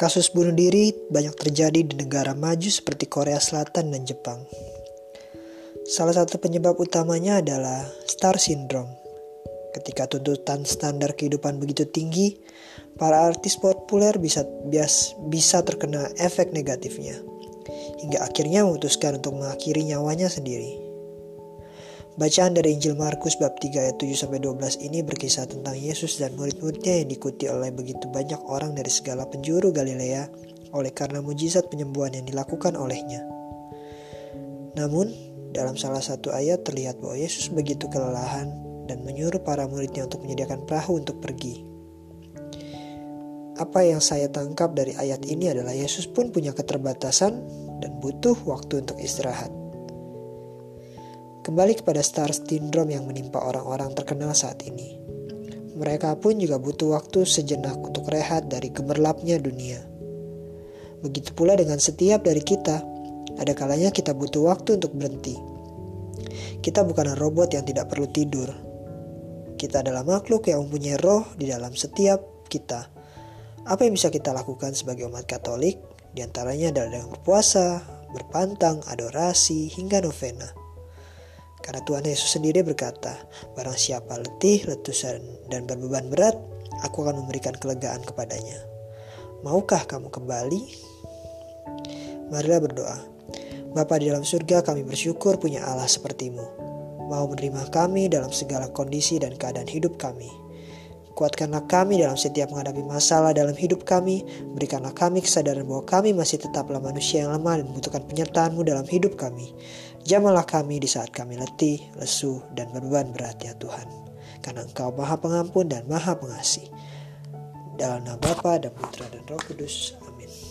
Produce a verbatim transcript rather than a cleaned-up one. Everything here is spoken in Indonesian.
Kasus bunuh diri banyak terjadi di negara maju seperti Korea Selatan dan Jepang. Salah satu penyebab utamanya adalah star syndrome. Ketika tuntutan standar kehidupan begitu tinggi, para artis populer bisa bias, bisa terkena efek negatifnya, hingga akhirnya memutuskan untuk mengakhiri nyawanya sendiri. Bacaan dari Injil Markus bab tiga ayat tujuh sampai dua belas ini berkisah tentang Yesus dan murid-muridnya yang diikuti oleh begitu banyak orang dari segala penjuru Galilea oleh karena mujizat penyembuhan yang dilakukan olehnya. Namun, dalam salah satu ayat terlihat bahwa Yesus begitu kelelahan dan menyuruh para muridnya untuk menyediakan perahu untuk pergi. Apa yang saya tangkap dari ayat ini adalah Yesus pun punya keterbatasan dan butuh waktu untuk istirahat. Kembali kepada star syndrome yang menimpa orang-orang terkenal saat ini. Mereka pun juga butuh waktu sejenak untuk rehat dari gemerlapnya dunia. Begitu pula dengan setiap dari kita, ada kalanya kita butuh waktu untuk berhenti. Kita bukanlah robot yang tidak perlu tidur. Kita adalah makhluk yang mempunyai roh di dalam setiap kita. Apa yang bisa kita lakukan sebagai umat Katolik? Di antaranya adalah dengan berpuasa, berpantang, adorasi, hingga novena. Karena Tuhan Yesus sendiri berkata, barang siapa letih, letusan, dan berbeban berat, aku akan memberikan kelegaan kepadanya. Maukah kamu kembali? Marilah berdoa. Bapa di dalam surga, kami bersyukur punya Allah sepertimu. Mau menerima kami dalam segala kondisi dan keadaan hidup kami. Kuatkanlah kami dalam setiap menghadapi masalah dalam hidup kami. Berikanlah kami kesadaran bahwa kami masih tetaplah manusia yang lemah dan membutuhkan penyertaan-Mu dalam hidup kami. Jamahlah kami di saat kami letih, lesu, dan berbeban berat ya Tuhan. Karena Engkau Maha Pengampun dan Maha Pengasih. Dalam nama Bapa dan Putra dan Roh Kudus. Amin.